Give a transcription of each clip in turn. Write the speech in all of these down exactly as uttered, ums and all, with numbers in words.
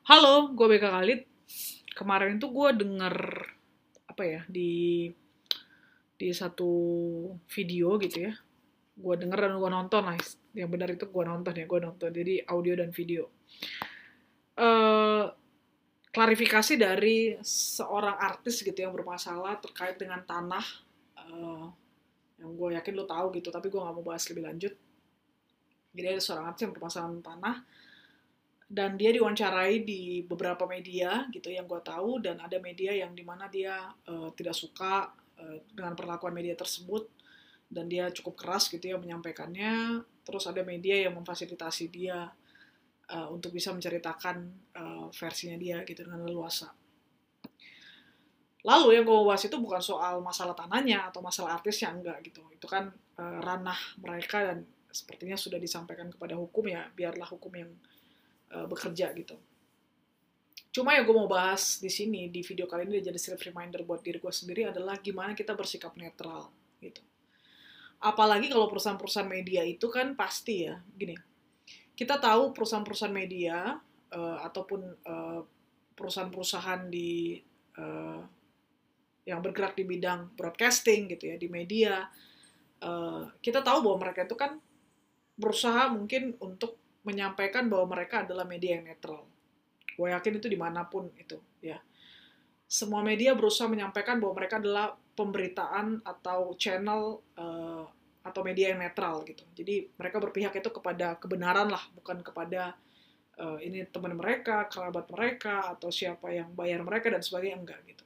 Halo, gue Beka Khalid. Kemarin tuh gue denger apa ya di di satu video gitu ya. Gue denger dan gue nonton lah. Yang benar itu gue nonton ya, gue nonton. Jadi audio dan video. Eh Klarifikasi dari seorang artis gitu yang bermasalah terkait dengan tanah. Eh yang gue yakin lo tahu gitu, tapi gue nggak mau bahas lebih lanjut. Jadi ada seorang artis yang bermasalah dengan tanah dan dia diwawancarai di beberapa media gitu yang gue tahu, dan ada media yang dimana dia uh, tidak suka uh, dengan perlakuan media tersebut dan dia cukup keras gitu ya menyampaikannya. Terus ada media yang memfasilitasi dia uh, untuk bisa menceritakan uh, versinya dia gitu dengan leluasa. Lalu yang gue bahas itu bukan soal masalah tanahnya atau masalah artisnya, enggak gitu. Itu kan uh, ranah mereka dan sepertinya sudah disampaikan kepada hukum, ya biarlah hukum yang uh, bekerja gitu. Cuma yang gue mau bahas di sini, di video kali ini, jadi self reminder buat diri gue sendiri adalah gimana kita bersikap netral gitu. Apalagi kalau perusahaan-perusahaan media itu kan pasti ya, gini, kita tahu perusahaan-perusahaan media uh, ataupun uh, perusahaan-perusahaan di uh, yang bergerak di bidang broadcasting gitu ya, di media, uh, kita tahu bahwa mereka itu kan berusaha mungkin untuk menyampaikan bahwa mereka adalah media yang netral. Gue yakin itu dimanapun itu ya. Semua media berusaha menyampaikan bahwa mereka adalah pemberitaan atau channel uh, atau media yang netral gitu. Jadi mereka berpihak itu kepada kebenaran lah, bukan kepada uh, ini teman mereka, kerabat mereka, atau siapa yang bayar mereka dan sebagainya, enggak gitu.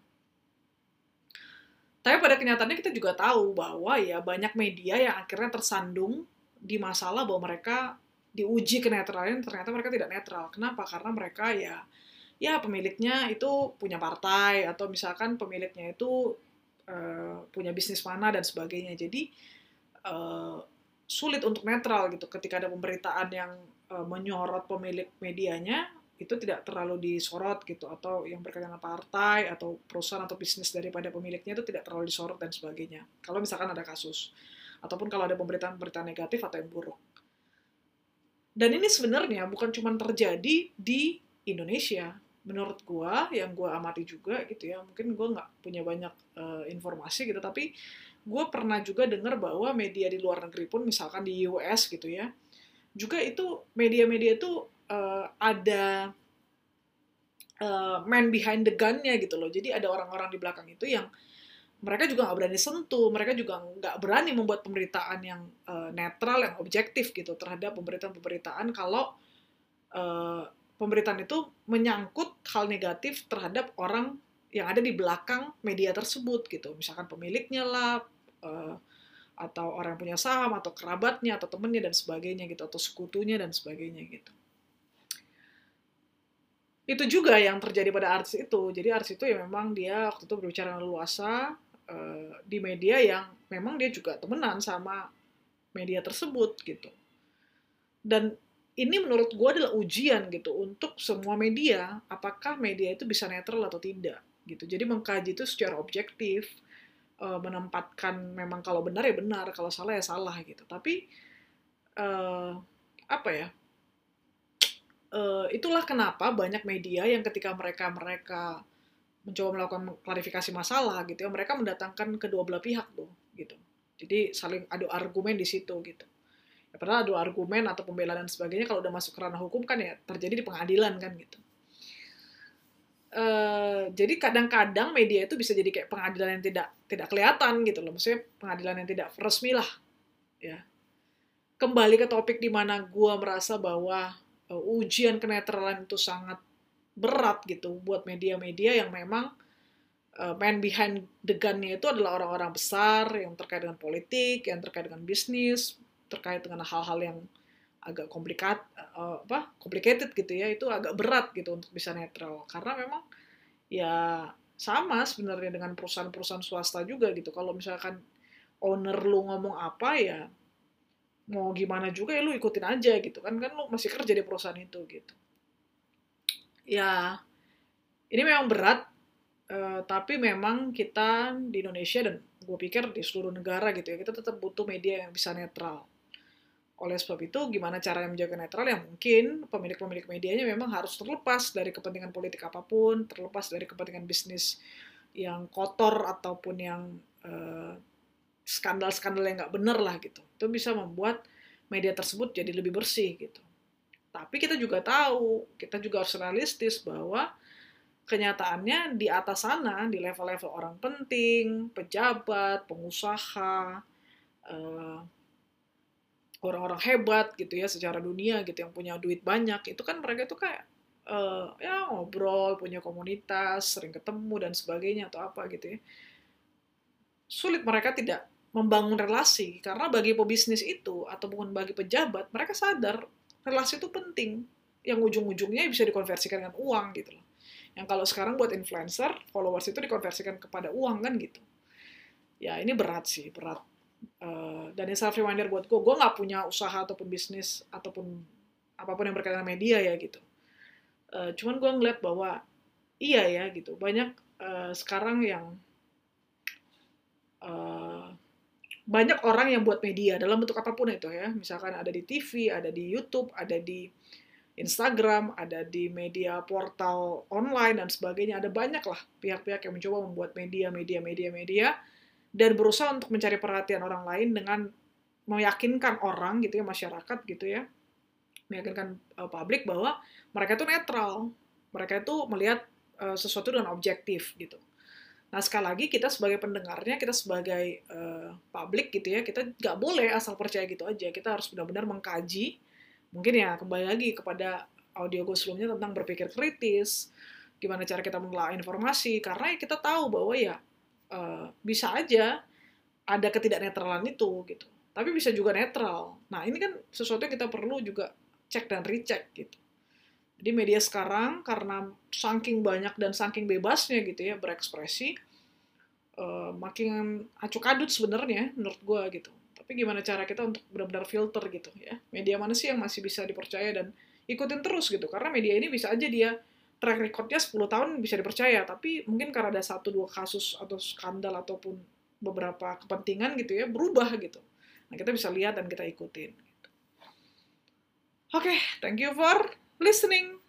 Tapi pada kenyataannya kita juga tahu bahwa ya banyak media yang akhirnya tersandung di masalah bahwa mereka diuji kenetralan, ternyata mereka tidak netral. Kenapa? Karena mereka ya ya pemiliknya itu punya partai, atau misalkan pemiliknya itu uh, punya bisnis mana dan sebagainya. Jadi uh, sulit untuk netral gitu ketika ada pemberitaan yang uh, menyorot pemilik medianya, itu tidak terlalu disorot gitu, atau yang berkaitan dengan partai atau perusahaan atau bisnis daripada pemiliknya itu tidak terlalu disorot dan sebagainya. Kalau misalkan ada kasus ataupun kalau ada pemberitaan-pemberitaan negatif atau yang buruk. Dan ini sebenarnya bukan cuma terjadi di Indonesia. Menurut gue, yang gue amati juga gitu ya, mungkin gue nggak punya banyak uh, informasi gitu, tapi gue pernah juga dengar bahwa media di luar negeri pun, misalkan di U S gitu ya, juga itu media-media itu uh, ada uh, man behind the gun-nya gitu loh. Jadi ada orang-orang di belakang itu yang mereka juga nggak berani sentuh, mereka juga nggak berani membuat pemberitaan yang uh, netral, yang objektif gitu terhadap pemberitaan-pemberitaan kalau uh, pemberitaan itu menyangkut hal negatif terhadap orang yang ada di belakang media tersebut gitu. Misalkan pemiliknya lah, uh, atau orang yang punya saham, atau kerabatnya, atau temennya dan sebagainya gitu, atau sekutunya dan sebagainya gitu. Itu juga yang terjadi pada artis itu. Jadi artis itu ya memang dia waktu itu berbicara leluasa uh, di media yang memang dia juga temenan sama media tersebut gitu. Dan ini menurut gue adalah ujian gitu untuk semua media, apakah media itu bisa netral atau tidak gitu. Jadi mengkaji itu secara objektif, uh, menempatkan memang kalau benar ya benar, kalau salah ya salah gitu. Tapi uh, apa ya? Uh, itulah kenapa banyak media yang ketika mereka mereka mencoba melakukan klarifikasi masalah gitu ya, mereka mendatangkan kedua belah pihak tuh gitu. Jadi saling adu argumen di situ gitu. Ya, padahal adu argumen atau pembelaan dan sebagainya kalau udah masuk ke ranah hukum kan ya terjadi di pengadilan kan gitu. Uh, jadi kadang-kadang media itu bisa jadi kayak pengadilan yang tidak tidak kelihatan gitu loh, maksudnya pengadilan yang tidak resmi lah ya. Kembali ke topik di mana gue merasa bahwa uh, ujian kenetralan itu sangat berat gitu buat media-media yang memang uh, man behind the gun-nya itu adalah orang-orang besar yang terkait dengan politik, yang terkait dengan bisnis, terkait dengan hal-hal yang agak komplikat, uh, apa, complicated gitu ya, itu agak berat gitu untuk bisa netral. Karena memang ya sama sebenarnya dengan perusahaan-perusahaan swasta juga gitu. Kalau misalkan owner lu ngomong apa ya, mau gimana juga ya lu ikutin aja gitu kan, kan lu masih kerja di perusahaan itu gitu. Ya, ini memang berat, uh, tapi memang kita di Indonesia dan gue pikir di seluruh negara gitu ya, kita tetap butuh media yang bisa netral, Oleh sebab itu, gimana cara menjaga netral? Ya mungkin pemilik-pemilik medianya memang harus terlepas dari kepentingan politik apapun, terlepas dari kepentingan bisnis yang kotor ataupun yang uh, skandal-skandal yang nggak bener lah gitu. Itu bisa membuat media tersebut jadi lebih bersih gitu. Tapi kita juga tahu, kita juga harus realistis bahwa kenyataannya di atas sana, di level-level orang penting, pejabat, pengusaha, uh, orang-orang hebat gitu ya secara dunia gitu yang punya duit banyak, itu kan mereka tuh kayak uh, ya ngobrol, punya komunitas, sering ketemu dan sebagainya atau apa gitu ya. Sulit mereka tidak membangun relasi karena bagi pebisnis itu ataupun bagi pejabat, mereka sadar relasi itu penting yang ujung-ujungnya bisa dikonversikan dengan uang gitu loh. Yang kalau sekarang buat influencer, followers itu dikonversikan kepada uang kan gitu. Ya ini berat sih, berat. Uh, dan ini self reminder buat gue, gue nggak punya usaha ataupun bisnis ataupun apapun yang berkaitan dengan media ya gitu. Uh, cuman gue ngeliat bahwa iya ya gitu, banyak uh, sekarang yang uh, banyak orang yang buat media dalam bentuk apapun itu ya, misalkan ada di T V, ada di YouTube, ada di Instagram, ada di media portal online dan sebagainya, ada banyak lah pihak-pihak yang mencoba membuat media, media, media, media dan berusaha untuk mencari perhatian orang lain dengan meyakinkan orang gitu ya, masyarakat gitu ya, meyakinkan uh, publik bahwa mereka itu netral, mereka itu melihat uh, sesuatu dengan objektif gitu. Nah sekali lagi kita sebagai pendengarnya, kita sebagai uh, publik gitu ya, kita nggak boleh asal percaya gitu aja, kita harus benar-benar mengkaji, mungkin ya kembali lagi kepada audio gue sebelumnya tentang berpikir kritis, gimana cara kita menelaah informasi, karena kita tahu bahwa ya Uh, bisa aja ada ketidaknetralan itu gitu, tapi bisa juga netral. Nah ini kan sesuatu yang kita perlu juga cek dan recheck gitu. Jadi media sekarang karena saking banyak dan saking bebasnya gitu ya berekspresi, uh, makin acuk adut sebenarnya menurut gue gitu. Tapi gimana cara kita untuk benar-benar filter gitu ya, media mana sih yang masih bisa dipercaya dan ikutin terus gitu, karena media ini bisa aja dia track record-nya sepuluh tahun bisa dipercaya, tapi mungkin karena ada satu dua kasus atau skandal ataupun beberapa kepentingan gitu ya, berubah gitu. Nah, kita bisa lihat dan kita ikutin. Gitu. Oke, okay, thank you for listening.